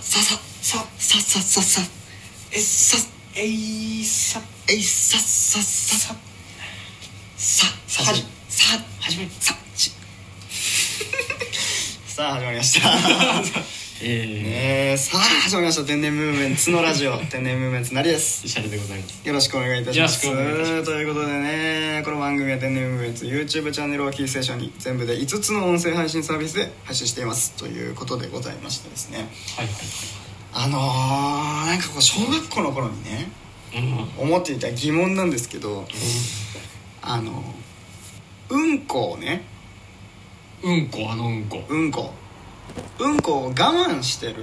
さささささささえさえいさえいさささささはじさ始めささあ始まりましたさあ始まりました天然ムーブメンツのラジオ天然ムーブメンツなりです。 シャレでございます。 よろしくお願いいたします。 よろしくお願いいたします。 ということでね、この番組は天然ムーブメンツ YouTube チャンネルをキーステーションに全部で5つの音声配信サービスで配信していますということでございましてですね、 はいはいはい、なんかこう小学校の頃にね、思っていた疑問なんですけど、うんこをね、うんこを我慢してる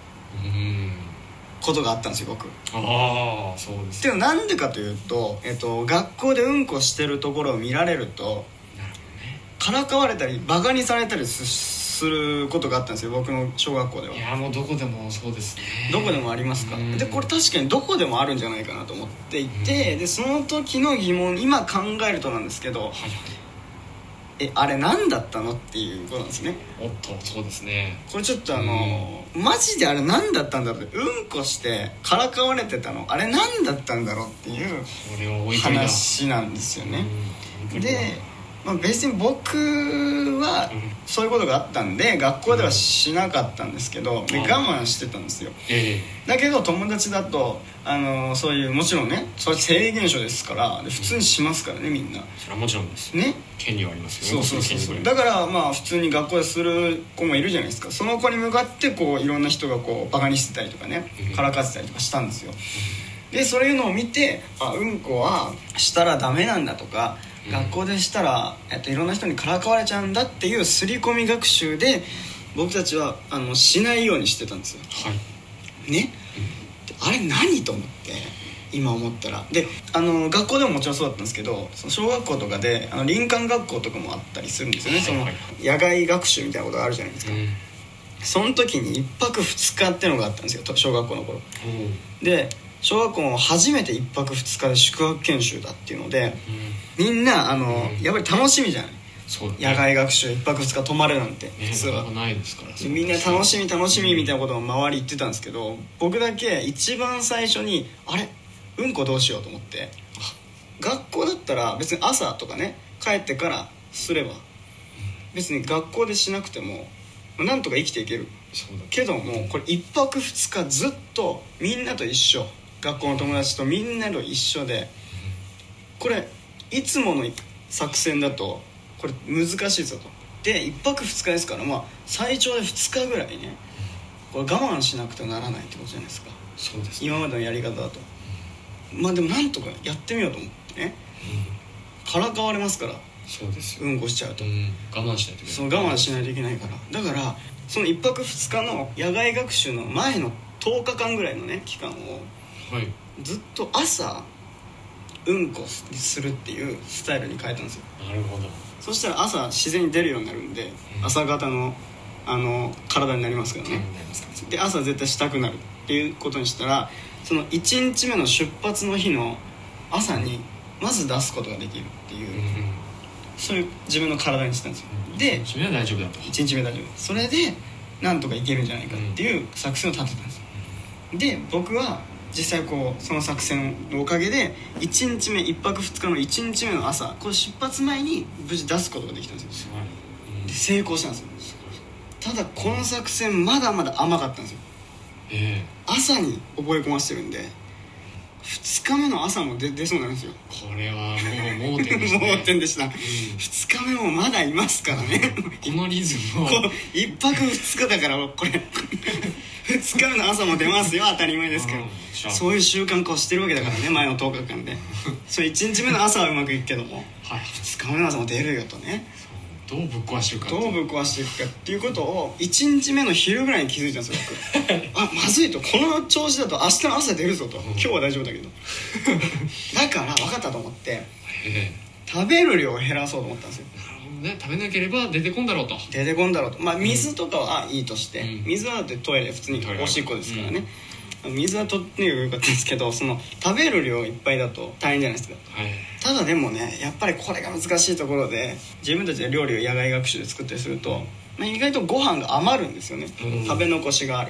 ことがあったんですよ、僕。 ああ、そうです。 っていうのはなんでかというと、学校でうんこしてるところを見られると、からかわれたりバカにされたりすることがあったんですよ、僕の小学校では。 いや、もうどこでもそうですね。 どこでもありますか。でこれ確かにどこでもあるんじゃないかなと思っていて、でその時の疑問、今考えるとなんですけど、あれ何だったのっていうことなんですね。 おっと、そうですね。 これちょっとマジであれ何だったんだろうって、うんこしてからかわれてたの、あれ何だったんだろうっていう話なんですよね。で、別に僕はそういうことがあったんで学校ではしなかったんですけど、で我慢してたんですよ。だけど友達だとそういう、もちろんね、それ生理現象ですからで普通にしますからね、みんな。 それはもちろんですね、 権利はありますよね。 そうだから普通に学校でする子もいるじゃないですか。その子に向かってこういろんな人がこうバカにしてたりとかね、からかってたりとかしたんですよ。でそういうのを見て、うんこはしたらダメなんだとか、学校でしたら、いろんな人にからかわれちゃうんだっていう刷り込み学習で僕たちはしないようにしてたんですよ。ね、あれ何と思って今思ったら。で学校でももちろんそうだったんですけど、その小学校とかで林間学校とかもあったりするんですよね、その野外学習みたいなことがあるじゃないですか。その時に1泊2日っていうのがあったんですよ、小学校の頃。で小学校も初めて1泊2日で宿泊研修だっていうので、みんなやっぱり楽しみじゃない、野外学習1泊2日泊まるなんて普通はないですから。 みんな楽しみみたいなことを周り言ってたんですけど、僕だけ一番最初にあれうんこどうしようと思って、学校だったら別に朝とかね帰ってからすれば別に学校でしなくてもなんとか生きていけるけども、これ1泊2日ずっとみんなと一緒、学校の友達とみんなと一緒で、これいつもの作戦だとこれ難しいぞと。で1泊2日ですから、最長で2日ぐらいね、これ我慢しなくてはならないってことじゃないですか。 そうですね、 今までのやり方だと。でもなんとかやってみようと思ってね、からかわれますから。 そうですよ、 うんこしちゃうと、 我慢しないといけない。 そう、我慢しないといけないから。だからその1泊2日の野外学習の前の10日間ぐらいのね期間を、ずっと朝うんこするっていうスタイルに変えたんですよ。 なるほど。 そしたら朝自然に出るようになるんで、朝方の体になりますからね。で朝絶対したくなるっていうことにしたら、その1日目の出発の日の朝にまず出すことができるっていう、そういう自分の体にしたんですよ。で 1日目は大丈夫だと。 1日目大丈夫、それでなんとかいけるんじゃないかっていう作戦を立てたんですよ。で僕は実際こうその作戦のおかげで1日目1泊2日の1日目の朝、これ出発前に無事出すことができたんですよ。で成功したんですよ。ただこの作戦まだまだ甘かったんですよ。朝に覚え込ませてるんで2日目の朝も出そうなんですよ。 これはもう盲点でしたね。 盲点でした、2日目もまだいますからね。 このリズムを 1泊2日だからこれ2日目の朝も出ますよ、当たり前ですけど、そういう習慣化をしてるわけだからね、前の10日間で。そう1日目の朝はうまくいくけども、2日目の朝も出るよとね、 どうぶっ壊していくかっていうことを1日目の昼ぐらいに気づいたんですよ、僕。まずいと、この調子だと明日の朝出るぞと、今日は大丈夫だけどだから分かったと思って、食べる量を減らそうと思ったんですよ。 食べなければ出てこんだろうと。 水とかはいいとして、水はだってトイレ普通におしっこですからね、水はとってもよかったんですけど、その食べる量いっぱいだと大変じゃないですか。ただでもね、やっぱりこれが難しいところで、自分たちで料理を野外学習で作ったりすると、意外とご飯が余るんですよね、食べ残しがある。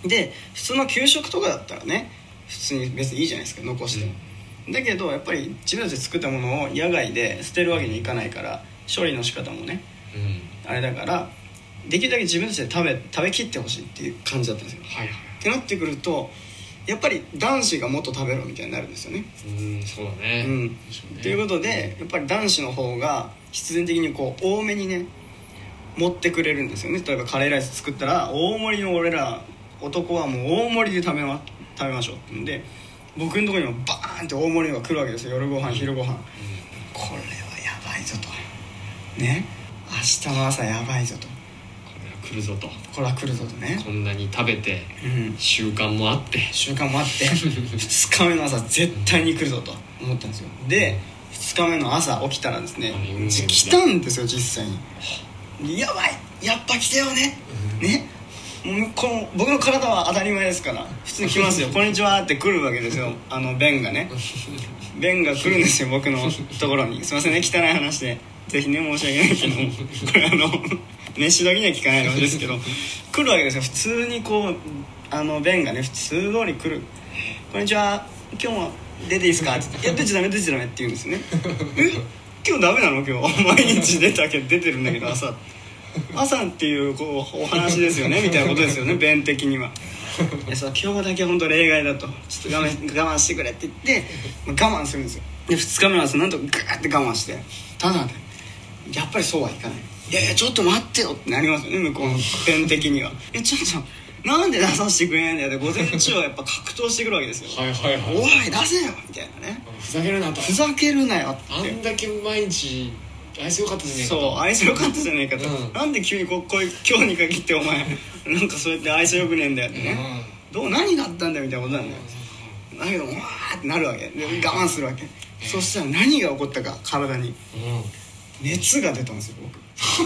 で普通の給食とかだったらね普通に別にいいじゃないですか残しても、だけどやっぱり自分たちで作ったものを野外で捨てるわけにいかないから処理の仕方もね、あれだからできるだけ自分たちで食べきってほしいっていう感じだったんですよ、ってなってくるとやっぱり男子がもっと食べろみたいになるんですよね。 そうだね。 ということでやっぱり男子の方が必然的にこう多めにね持ってくれるんですよね。例えばカレーライス作ったら大盛りの俺ら男はもう大盛りで食べましょうってんで僕のところにもバーンって大盛りが来るわけですよ。夜ご飯昼ご飯、これはやばいぞとね、明日の朝やばいぞと、これは来るぞとね、 こんなに食べて、習慣もあって 2日目の朝絶対に来るぞと思ったんですよ。で2日目の朝起きたらですね、来たんですよ実際に。やばいやっぱ来てよね、もうこの僕の体は当たり前ですから普通に来ますよこんにちはって来るわけですよ。弁が来るんですよ僕のところに。すいませんね汚い話でぜひね申し訳ないけどもこれ熱し時には聞かないのですけど来るわけですよ。普通にこう弁がね普通通り来る。こんにちは今日も出ていいですかって言って、いや出ちゃダメって言うんですよね。今日ダメなの今日毎日出てるんだけど朝っていうこうお話ですよねみたいなことですよね弁的には。いや今日だけ本当例外だとちょっと我慢してくれって言って我慢するんですよ。で2日目の朝なんとかグーって我慢して、ただねやっぱりそうはいかない。いやちょっと待ってよってなりますよね向こうの弁的には。ちょっとなんで出させてくれないんだよって午前中はやっぱ格闘してくるわけですよ。おい出せよみたいなね、 ふざけるなと、 ふざけるなよって。 あんだけ毎日愛想良かったじゃねえかと。 そう愛想良かったじゃねえかと、なんで急にこういう今日に限ってお前なんかそうやって愛想良くねえんだよってね、何があったんだよみたいなことなんだよ。だけどわーってなるわけで我慢するわけ、そしたら何が起こったか体に、熱が出たんですよ僕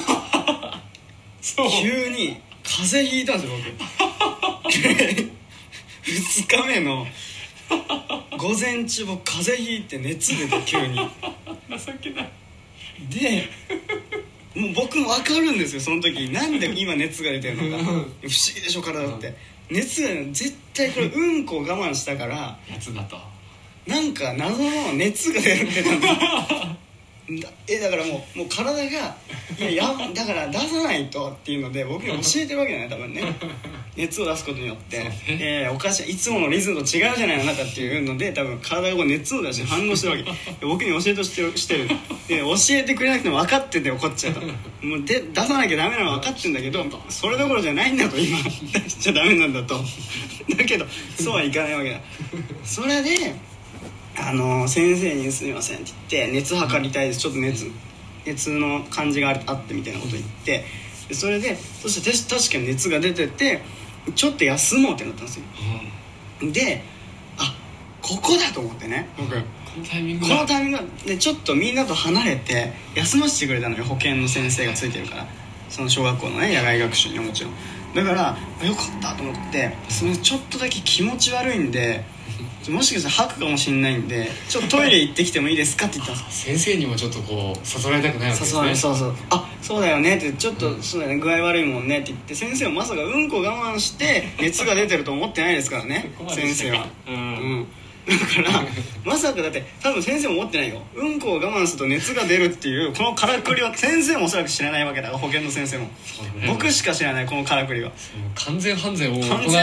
そう急に風邪ひいたんですよ僕2日目の午前中僕風邪ひいて熱出て急に情けないでもう僕も分かるんですよその時なんで今熱が出てるのか不思議でしょ体って、熱が絶対これうんこを我慢したからやつだとなんか謎の熱が出るってなんだからもう体がいやだから出さないとっていうので僕に教えてるわけじゃない多分ね熱を出すことによっておかしいいつものリズムと違うじゃないあなたっていうので多分体がこう熱を出して反応してるわけ僕に教えとしてるで教えてくれなくても分かってて怒っちゃうともう出さなきゃダメなのは分かってんだけどそれどころじゃないんだと今出しちゃダメなんだとだけどそうはいかないわけだ。それで先生に「すみません」って言って「熱測りたいですちょっと熱の感じがあって」みたいなこと言ってそれでそして確かに熱が出ててちょっと休もうってなったんですよ、でここだと思ってね僕このタイミングでちょっとみんなと離れて休ませてくれたのよ。保健の先生がついてるからその小学校のね野外学習にはもちろんだからよかったと思ってそのちょっとだけ気持ち悪いんでもしかしたら吐くかもしれないんでちょっとトイレ行ってきてもいいですかって言ったんです先生にもちょっとこう誘われたくないわけですね。 そうだよねってちょっと、そうだね具合悪いもんねって言って先生はまさかうんこ我慢して熱が出てると思ってないですからね先生はだからまさかだって多分先生も思ってないよ。うんこを我慢すると熱が出るっていうこのからくりは先生もおそらく知らないわけだから保健の先生も、僕しか知らないこのからくりは完全犯罪をしてたわけ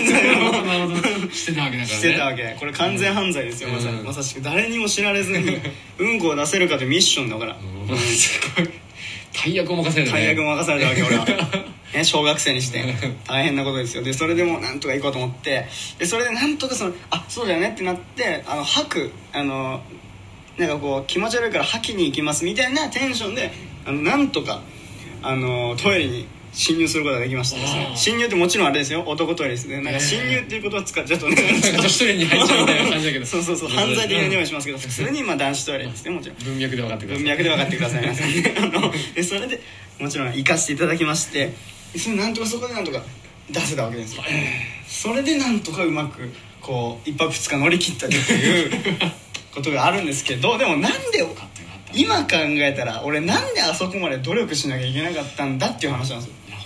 だからね。 してたわけこれ完全犯罪ですよ、まさしく誰にも知られずにうんこを出せるかというミッションだからすごい大役を任されたね。 大役を任されたわけ俺は小学生にして大変なことですよ。でそれでもなんとか行こうと思ってでそれでなんとかそうだよねってなって吐くなんかこう気持ち悪いから吐きに行きますみたいなテンションでなんとかトイレに侵入することができましたですね。侵入ってもちろんあれですよ男トイレですね。なんか侵入っていうことは使っちゃうとね女子トイレに入っちゃうみたいな感じだけどそう犯罪的な匂いしますけど普通に男子トイレですねもちろん文脈で分かってください。 文脈で分かってくださいでそれでもちろん行かせていただきましてそれなんとかそこでなんとか出せたわけですよ。それでなんとかうまくこう1泊2日乗り切ったっていうことがあるんですけどでもなんで今考えたら俺なんであそこまで努力しなきゃいけなかったんだっていう話なんですよ。 本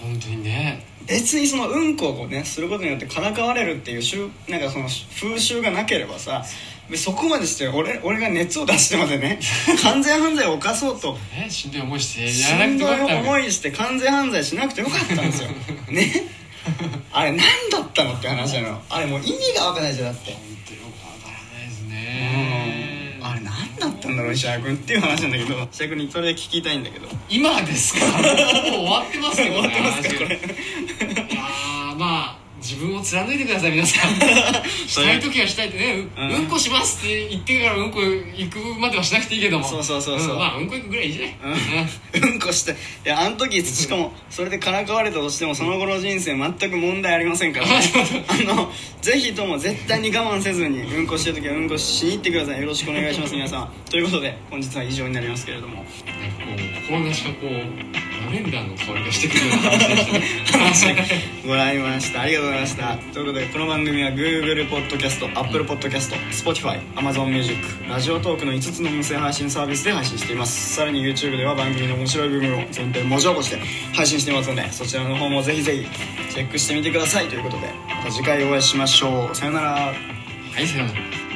本当にね。 別にそのうんこをこうねすることによってからかわれるっていうなんかその風習がなければさ、そこまでして俺が熱を出してまでね完全犯罪を犯そうとね、しんどい思いしてやらなくてよかった。 しんどい思いして完全犯罪しなくてよかったんですよね。あれ何だったのって話なの。あれもう意味が分からないじゃん。だって本当よくわからないですね。 あれ何だったんだろう石原君っていう話なんだけど、石原君にそれで聞きたいんだけど。 今ですか？もう終わってますけどね。 終わってますかこれ。 いやまあ自分を貫いてください皆さん。したい時はしたいってね、うんこしますって言ってからうんこ行くまではしなくていいけども、 そう、 まあうんこ行くぐらいいいじゃない。 うんこして、いやあの時しかもそれでからかわれたとしてもその後の人生全く問題ありませんからね。ぜひとも絶対に我慢せずにうんこしてる時はうんこしに行ってください。よろしくお願いします皆さん。ということで本日は以上になりますけれども、 なんかこう心なしかこうラベンダーの香りがしてくるような話でしたね。 話ご覧いました。ありがとうございました。ということでこの番組は Google Podcast、Apple Podcast、Spotify、Amazon Music、ラジオトークの5つの音声配信サービスで配信しています。さらに YouTube では番組の面白い部分を全編文字起こしで配信していますので、そちらの方もぜひぜひチェックしてみてくださいということで、また次回お会いしましょう。さよなら。 はい、さようなら。